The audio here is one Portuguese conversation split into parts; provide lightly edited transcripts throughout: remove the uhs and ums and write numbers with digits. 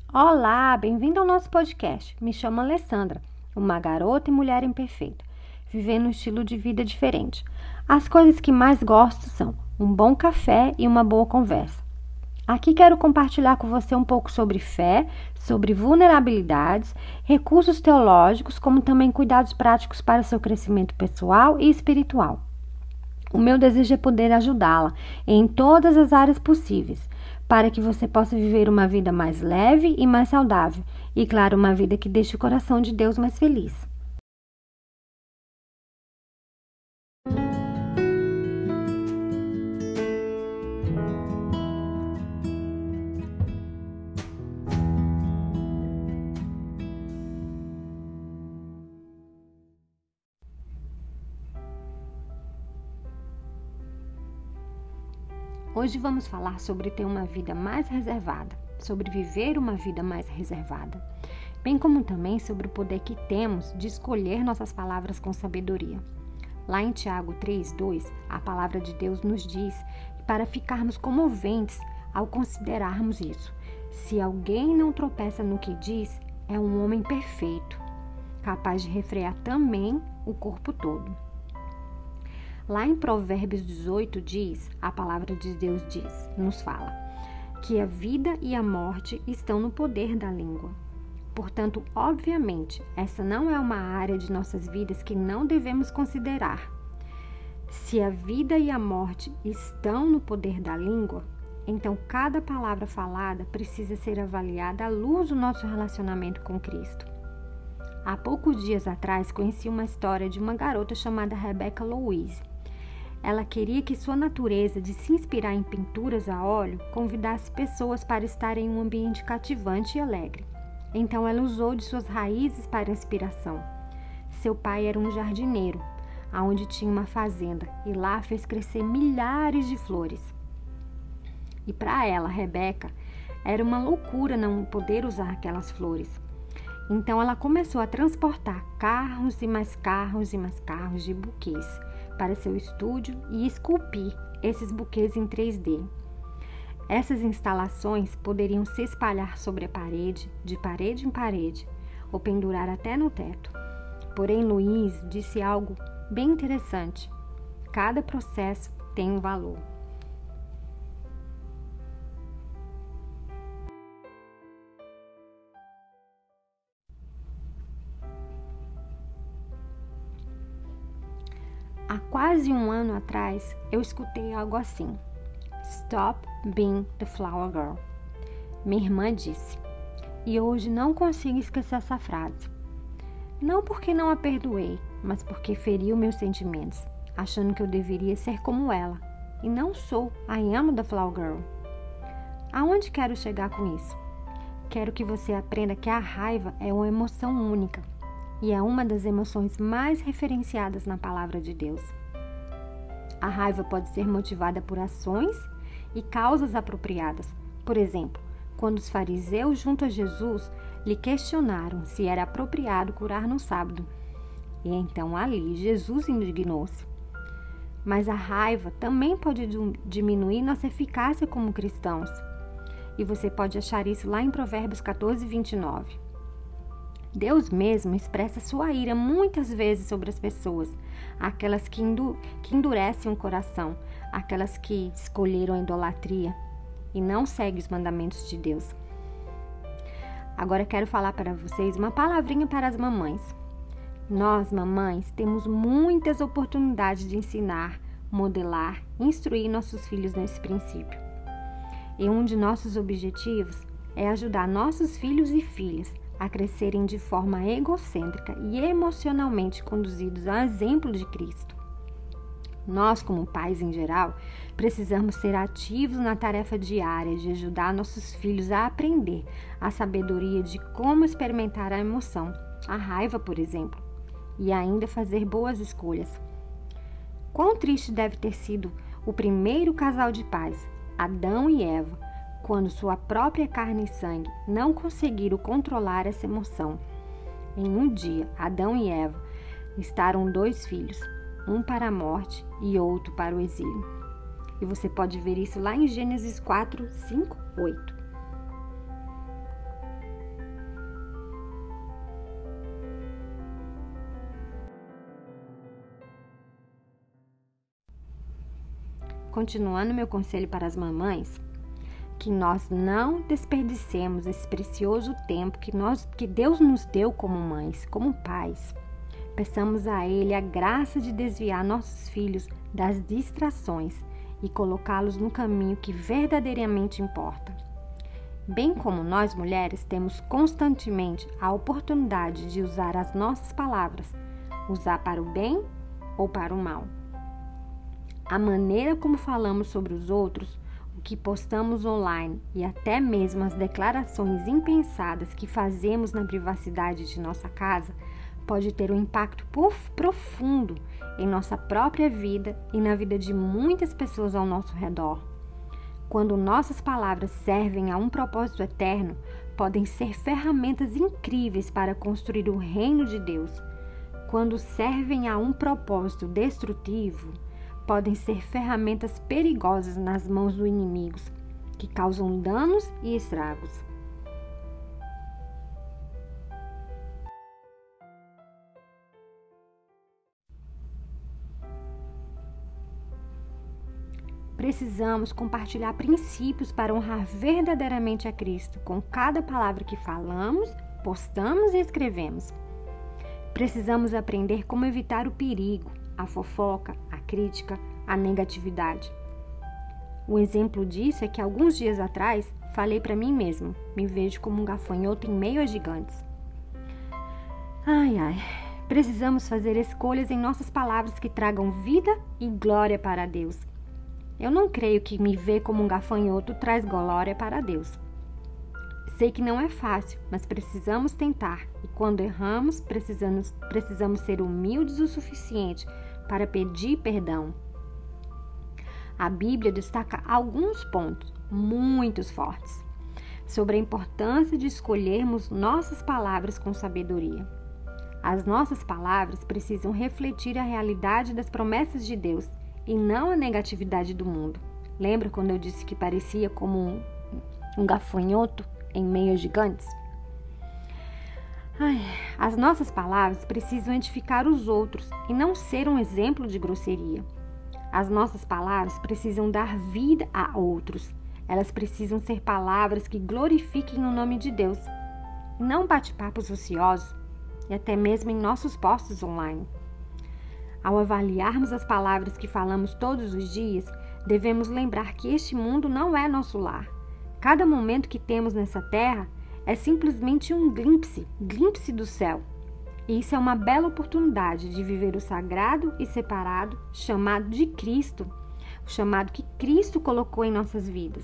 Olá, bem-vindo ao nosso podcast. Me chamo Alessandra, uma garota e mulher imperfeita, vivendo um estilo de vida diferente. As coisas que mais gosto são um bom café e uma boa conversa. Aqui quero compartilhar com você um pouco sobre fé, sobre vulnerabilidades, recursos teológicos, como também cuidados práticos para seu crescimento pessoal e espiritual. O meu desejo é poder ajudá-la em todas as áreas possíveis, para que você possa viver uma vida mais leve e mais saudável, e claro, uma vida que deixe o coração de Deus mais feliz. Hoje vamos falar sobre ter uma vida mais reservada, sobre viver uma vida mais reservada, bem como também sobre o poder que temos de escolher nossas palavras com sabedoria. Lá em Tiago 3:2, a palavra de Deus nos diz que para ficarmos comoventes ao considerarmos isso, se alguém não tropeça no que diz, é um homem perfeito, capaz de refrear também o corpo todo. Lá em Provérbios 18 a palavra de Deus nos fala que a vida e a morte estão no poder da língua. Portanto, obviamente, essa não é uma área de nossas vidas que não devemos considerar. Se a vida e a morte estão no poder da língua, então cada palavra falada precisa ser avaliada à luz do nosso relacionamento com Cristo. Há poucos dias atrás, conheci uma história de uma garota chamada Rebecca Louise. Ela queria que sua natureza de se inspirar em pinturas a óleo convidasse pessoas para estar em um ambiente cativante e alegre. Então ela usou de suas raízes para inspiração. Seu pai era um jardineiro, aonde tinha uma fazenda, e lá fez crescer milhares de flores. E para ela, Rebecca, era uma loucura não poder usar aquelas flores. Então ela começou a transportar carros e mais carros e mais carros de buquês para seu estúdio e esculpir esses buquês em 3D. Essas instalações poderiam se espalhar sobre a parede, de parede em parede, ou pendurar até no teto. Porém, Louise disse algo bem interessante. Cada processo tem um valor. Há quase um ano atrás, eu escutei algo assim. Stop being the flower girl. Minha irmã disse. E hoje não consigo esquecer essa frase. Não porque não a perdoei, mas porque feriu meus sentimentos, achando que eu deveria ser como ela. E não sou. I am the flower girl. Aonde quero chegar com isso? Quero que você aprenda que a raiva é uma emoção única. E é uma das emoções mais referenciadas na palavra de Deus. A raiva pode ser motivada por ações e causas apropriadas. Por exemplo, quando os fariseus junto a Jesus lhe questionaram se era apropriado curar no sábado. E então ali Jesus indignou-se. Mas a raiva também pode diminuir nossa eficácia como cristãos. E você pode achar isso lá em Provérbios 14:29. Deus mesmo expressa sua ira muitas vezes sobre as pessoas, aquelas que endurecem o coração, aquelas que escolheram a idolatria e não seguem os mandamentos de Deus. Agora quero falar para vocês uma palavrinha para as mamães. Nós, mamães, temos muitas oportunidades de ensinar, modelar, instruir nossos filhos nesse princípio. E um de nossos objetivos é ajudar nossos filhos e filhas a crescerem de forma egocêntrica e emocionalmente conduzidos ao exemplo de Cristo. Nós, como pais em geral, precisamos ser ativos na tarefa diária de ajudar nossos filhos a aprender a sabedoria de como experimentar a emoção, a raiva, por exemplo, e ainda fazer boas escolhas. Quão triste deve ter sido o primeiro casal de pais, Adão e Eva, quando sua própria carne e sangue não conseguiram controlar essa emoção. Em um dia, Adão e Eva estaram 2 filhos, um para a morte e outro para o exílio. E você pode ver isso lá em Gênesis 4, 5, 8. continuando meu conselho para as mamães, que nós não desperdicemos esse precioso tempo que Deus nos deu como mães, como pais. Peçamos a Ele a graça de desviar nossos filhos das distrações e colocá-los no caminho que verdadeiramente importa. Bem como nós mulheres temos constantemente a oportunidade de usar as nossas palavras, usar para o bem ou para o mal. A maneira como falamos sobre os outros, o que postamos online e até mesmo as declarações impensadas que fazemos na privacidade de nossa casa pode ter um impacto profundo em nossa própria vida e na vida de muitas pessoas ao nosso redor. Quando nossas palavras servem a um propósito eterno, podem ser ferramentas incríveis para construir o reino de Deus. Quando servem a um propósito destrutivo, podem ser ferramentas perigosas nas mãos dos inimigos, que causam danos e estragos. Precisamos compartilhar princípios para honrar verdadeiramente a Cristo com cada palavra que falamos, postamos e escrevemos. Precisamos aprender como evitar o perigo, a fofoca, a crítica, a negatividade. Um exemplo disso é que alguns dias atrás falei para mim mesmo, me vejo como um gafanhoto em meio a gigantes. Precisamos fazer escolhas em nossas palavras que tragam vida e glória para Deus. Eu não creio que me ver como um gafanhoto traz glória para Deus. Sei que não é fácil, mas precisamos tentar. E quando erramos, precisamos ser humildes o suficiente para pedir perdão. A Bíblia destaca alguns pontos muito fortes sobre a importância de escolhermos nossas palavras com sabedoria. As nossas palavras precisam refletir a realidade das promessas de Deus e não a negatividade do mundo. Lembra quando eu disse que parecia como um gafanhoto em meio a gigantes? As nossas palavras precisam edificar os outros e não ser um exemplo de grosseria. As nossas palavras precisam dar vida a outros. Elas precisam ser palavras que glorifiquem o nome de Deus, não bate-papos ociosos e até mesmo em nossos posts online. Ao avaliarmos as palavras que falamos todos os dias, devemos lembrar que este mundo não é nosso lar. Cada momento que temos nessa terra é simplesmente um glimpse do céu. E isso é uma bela oportunidade de viver o sagrado e separado chamado de Cristo, o chamado que Cristo colocou em nossas vidas.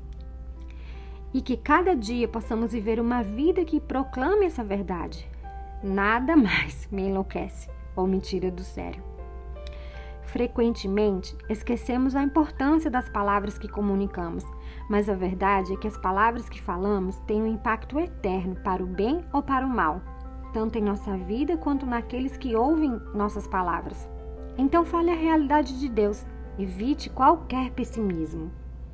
E que cada dia possamos viver uma vida que proclame essa verdade. Nada mais me enlouquece ou me tira do sério. Frequentemente, esquecemos a importância das palavras que comunicamos, mas a verdade é que as palavras que falamos têm um impacto eterno para o bem ou para o mal, tanto em nossa vida quanto naqueles que ouvem nossas palavras. Então fale a realidade de Deus, evite qualquer pessimismo.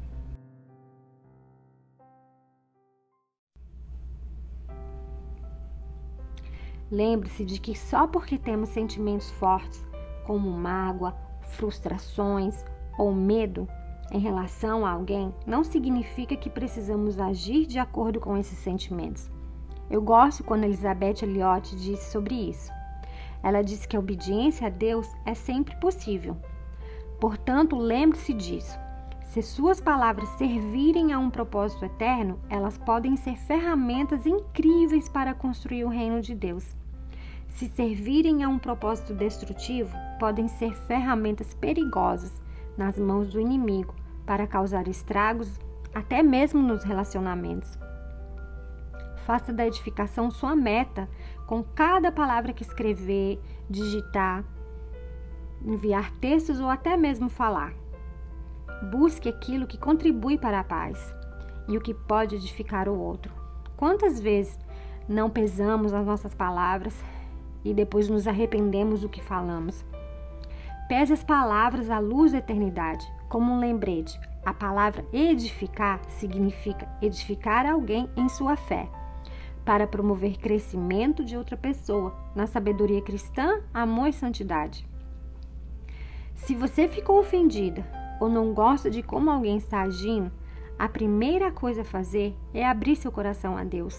Lembre-se de que só porque temos sentimentos fortes, como mágoa, frustrações ou medo em relação a alguém, não significa que precisamos agir de acordo com esses sentimentos. Eu gosto quando Elizabeth Elliot disse sobre isso. Ela disse que a obediência a Deus é sempre possível. Portanto, lembre-se disso. Se suas palavras servirem a um propósito eterno, elas podem ser ferramentas incríveis para construir o reino de Deus. Se servirem a um propósito destrutivo, podem ser ferramentas perigosas nas mãos do inimigo para causar estragos, até mesmo nos relacionamentos. Faça da edificação sua meta com cada palavra que escrever, digitar, enviar textos ou até mesmo falar. Busque aquilo que contribui para a paz e o que pode edificar o outro. Quantas vezes não pesamos as nossas palavras e depois nos arrependemos do que falamos? Pese as palavras à luz da eternidade, como um lembrete. A palavra edificar significa edificar alguém em sua fé, para promover crescimento de outra pessoa, na sabedoria cristã, amor e santidade. Se você ficou ofendida ou não gosta de como alguém está agindo, a primeira coisa a fazer é abrir seu coração a Deus.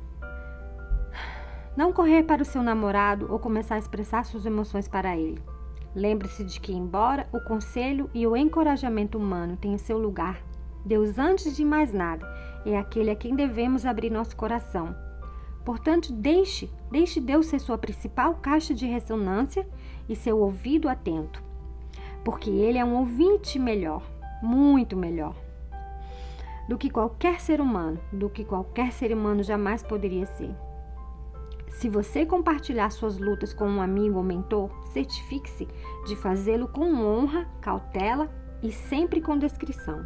Não correr para o seu namorado ou começar a expressar suas emoções para ele. Lembre-se de que, embora o conselho e o encorajamento humano tenham seu lugar, Deus, antes de mais nada, é aquele a quem devemos abrir nosso coração. Portanto, deixe Deus ser sua principal caixa de ressonância e seu ouvido atento, porque Ele é um ouvinte melhor, muito melhor, do que qualquer ser humano jamais poderia ser. Se você compartilhar suas lutas com um amigo ou mentor, certifique-se de fazê-lo com honra, cautela e sempre com descrição.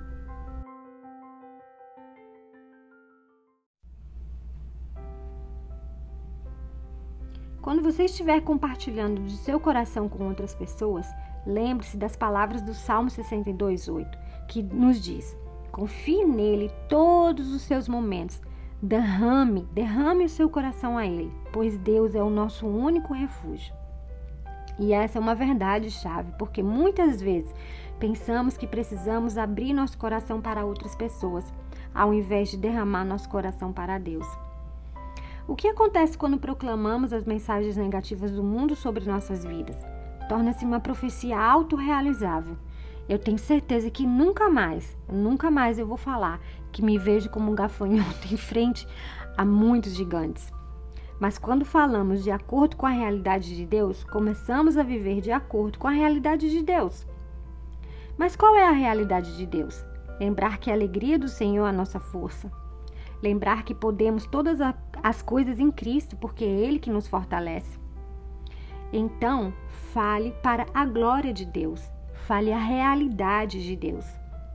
Quando você estiver compartilhando de seu coração com outras pessoas, lembre-se das palavras do Salmo 62:8, que nos diz: confie nele todos os seus momentos, derrame o seu coração a ele, pois Deus é o nosso único refúgio. E essa é uma verdade chave, porque muitas vezes pensamos que precisamos abrir nosso coração para outras pessoas, ao invés de derramar nosso coração para Deus. O que acontece quando proclamamos as mensagens negativas do mundo sobre nossas vidas? Torna-se uma profecia autorrealizável. Eu tenho certeza que nunca mais eu vou falar que me vejo como um gafanhoto em frente a muitos gigantes. Mas quando falamos de acordo com a realidade de Deus, começamos a viver de acordo com a realidade de Deus. Mas qual é a realidade de Deus? Lembrar que a alegria do Senhor é a nossa força. Lembrar que podemos todas as coisas em Cristo, porque é Ele que nos fortalece. Então, fale para a glória de Deus. Fale a realidade de Deus.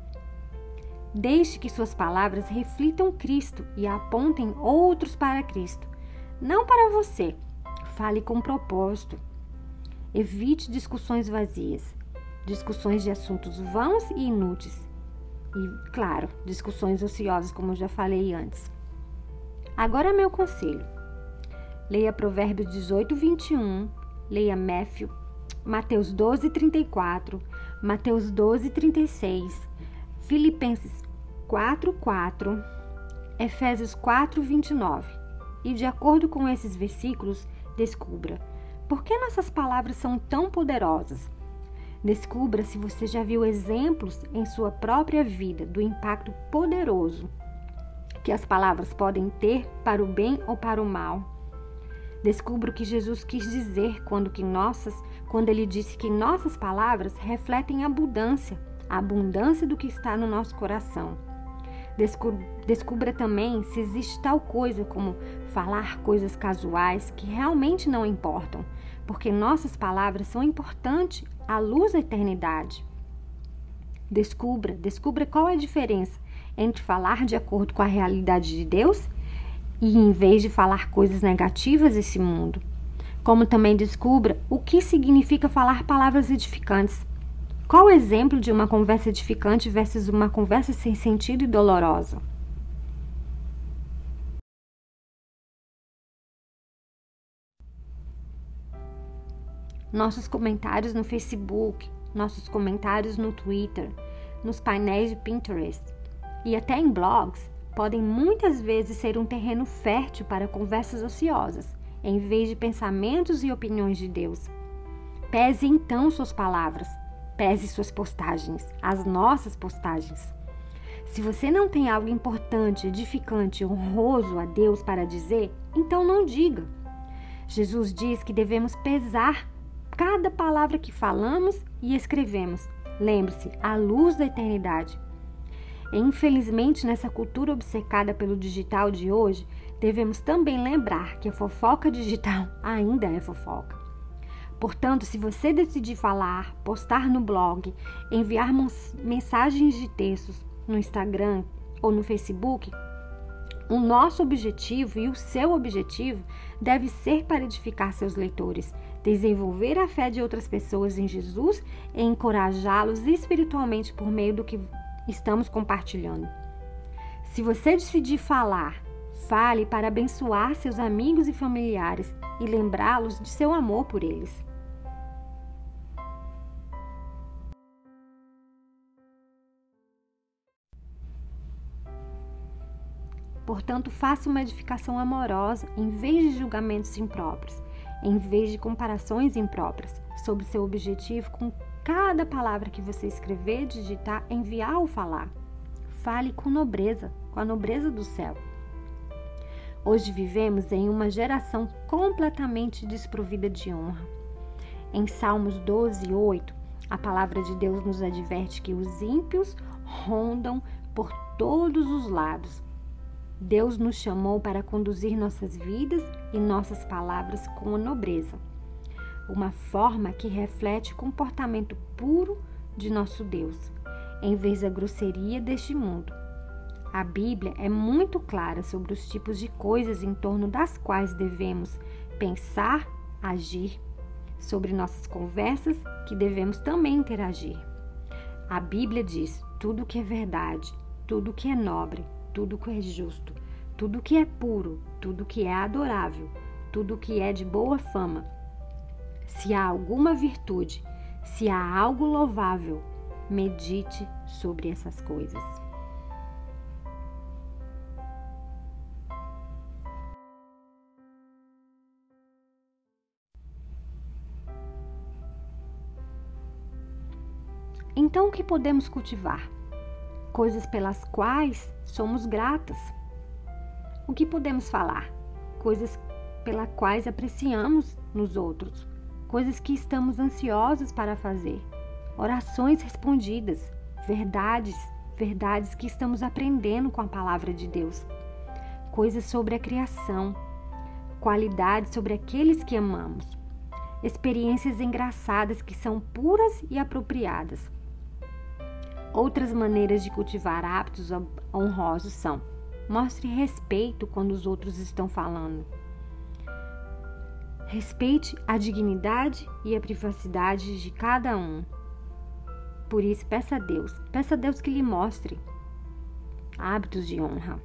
Deixe que suas palavras reflitam Cristo e apontem outros para Cristo, não para você. Fale com propósito. Evite discussões vazias, discussões de assuntos vãos e inúteis. E, claro, discussões ociosas, como eu já falei antes. Agora, meu conselho. Leia Provérbios 18:21, leia Mateus 12:34, Mateus 12:36, Filipenses 4:4, Efésios 4:29. E de acordo com esses versículos, descubra por que nossas palavras são tão poderosas. Descubra se você já viu exemplos em sua própria vida do impacto poderoso que as palavras podem ter para o bem ou para o mal. Descubra o que Jesus quis dizer quando Ele disse que nossas palavras refletem a abundância do que está no nosso coração. Descubra também se existe tal coisa como falar coisas casuais que realmente não importam, porque nossas palavras são importantes à luz da eternidade. Descubra qual é a diferença entre falar de acordo com a realidade de Deus e em vez de falar coisas negativas desse mundo. Como também descubra o que significa falar palavras edificantes. Qual o exemplo de uma conversa edificante versus uma conversa sem sentido e dolorosa? Nossos comentários no Facebook, nossos comentários no Twitter, nos painéis de Pinterest e até em blogs podem muitas vezes ser um terreno fértil para conversas ociosas, em vez de pensamentos e opiniões de Deus. Pese então suas palavras, pese suas postagens, as nossas postagens. Se você não tem algo importante, edificante, honroso a Deus para dizer, então não diga. Jesus diz que devemos pesar cada palavra que falamos e escrevemos. Lembre-se, à luz da eternidade. E, infelizmente, nessa cultura obcecada pelo digital de hoje, devemos também lembrar que a fofoca digital ainda é fofoca. Portanto, se você decidir falar, postar no blog, enviar mensagens de textos no Instagram ou no Facebook, o nosso objetivo e o seu objetivo deve ser para edificar seus leitores, desenvolver a fé de outras pessoas em Jesus e encorajá-los espiritualmente por meio do que estamos compartilhando. Se você decidir falar, fale para abençoar seus amigos e familiares e lembrá-los de seu amor por eles. Portanto, faça uma edificação amorosa em vez de julgamentos impróprios, em vez de comparações impróprias, sobre seu objetivo com cada palavra que você escrever, digitar, enviar ou falar. Fale com nobreza, com a nobreza do céu. Hoje vivemos em uma geração completamente desprovida de honra. Em Salmos 12:8, a palavra de Deus nos adverte que os ímpios rondam por todos os lados. Deus nos chamou para conduzir nossas vidas e nossas palavras com a nobreza, uma forma que reflete o comportamento puro de nosso Deus, em vez da grosseria deste mundo. A Bíblia é muito clara sobre os tipos de coisas em torno das quais devemos pensar, agir, sobre nossas conversas que devemos também interagir. A Bíblia diz: tudo que é verdade, tudo que é nobre, tudo que é justo, tudo que é puro, tudo que é adorável, tudo que é de boa fama. Se há alguma virtude, se há algo louvável, medite sobre essas coisas. Então, o que podemos cultivar? Coisas pelas quais somos gratas. O que podemos falar? Coisas pelas quais apreciamos nos outros. Coisas que estamos ansiosos para fazer. Orações respondidas. Verdades que estamos aprendendo com a palavra de Deus. Coisas sobre a criação. Qualidades sobre aqueles que amamos. Experiências engraçadas que são puras e apropriadas. Outras maneiras de cultivar hábitos honrosos são: mostre respeito quando os outros estão falando. Respeite a dignidade e a privacidade de cada um. Por isso, peça a Deus que lhe mostre hábitos de honra.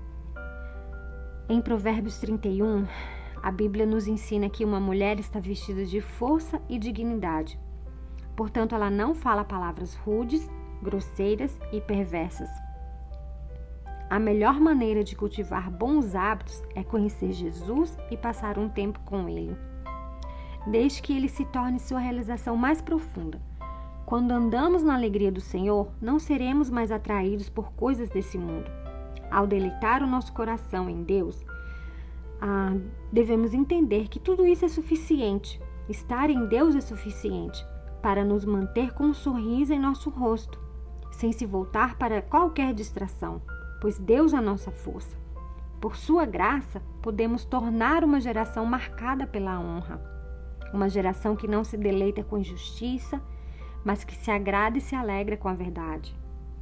Em Provérbios 31, a Bíblia nos ensina que uma mulher está vestida de força e dignidade. Portanto, ela não fala palavras rudes, grosseiras e perversas. A melhor maneira de cultivar bons hábitos é conhecer Jesus e passar um tempo com Ele. Desde que Ele se torne sua realização mais profunda. Quando andamos na alegria do Senhor, não seremos mais atraídos por coisas desse mundo. Ao deleitar o nosso coração em Deus, devemos entender que tudo isso é suficiente. Estar em Deus é suficiente para nos manter com um sorriso em nosso rosto, sem se voltar para qualquer distração, pois Deus é a nossa força. Por sua graça, podemos tornar uma geração marcada pela honra, uma geração que não se deleita com injustiça, mas que se agrada e se alegra com a verdade.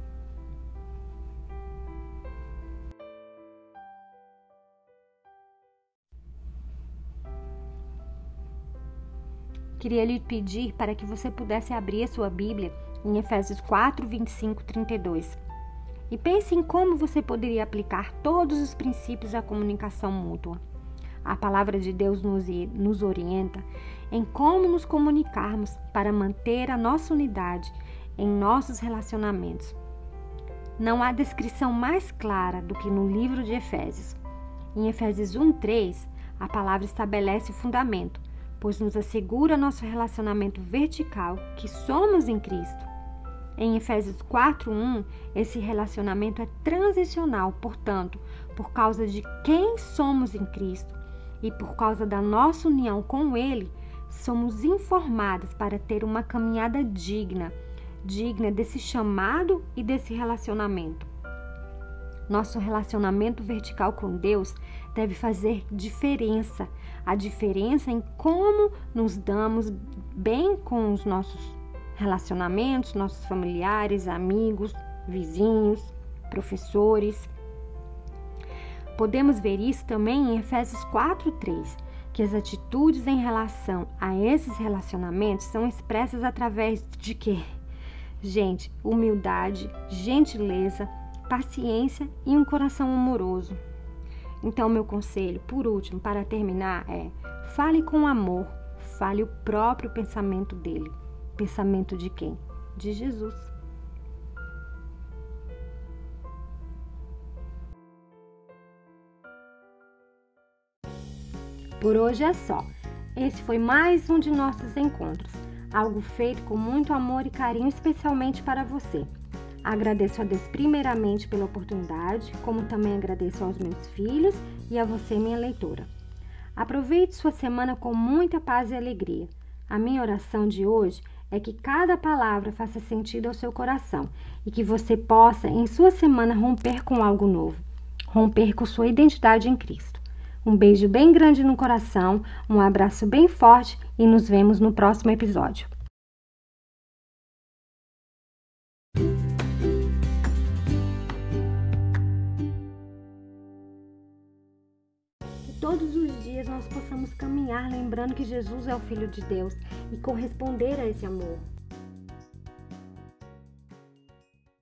Queria lhe pedir para que você pudesse abrir a sua Bíblia em Efésios 4, 25, 32. E pense em como você poderia aplicar todos os princípios da comunicação mútua. A palavra de Deus nos orienta em como nos comunicarmos para manter a nossa unidade em nossos relacionamentos. Não há descrição mais clara do que no livro de Efésios. Em Efésios 1:3, a palavra estabelece o fundamento, pois nos assegura nosso relacionamento vertical, que somos em Cristo. Em Efésios 4:1, esse relacionamento é transicional, portanto, por causa de quem somos em Cristo e por causa da nossa união com Ele, somos informadas para ter uma caminhada digna desse chamado e desse relacionamento. Nosso relacionamento vertical com Deus deve fazer diferença. A diferença em como nos damos bem com os nossos relacionamentos, nossos familiares, amigos, vizinhos, professores. Podemos ver isso também em Efésios 4:3, que as atitudes em relação a esses relacionamentos são expressas através de quê? Gente, humildade, gentileza, paciência e um coração amoroso. Então, meu conselho, por último, para terminar, é: fale com amor, fale o próprio pensamento dele. Pensamento de quem? De Jesus. Por hoje é só. Esse foi mais um de nossos encontros, algo feito com muito amor e carinho especialmente para você. Agradeço a Deus primeiramente pela oportunidade, como também agradeço aos meus filhos e a você, minha leitora. Aproveite sua semana com muita paz e alegria. A minha oração de hoje é que cada palavra faça sentido ao seu coração e que você possa, em sua semana, romper com algo novo, romper com sua identidade em Cristo. Um beijo bem grande no coração, um abraço bem forte e nos vemos no próximo episódio. Que todos os dias nós possamos caminhar lembrando que Jesus é o Filho de Deus e corresponder a esse amor.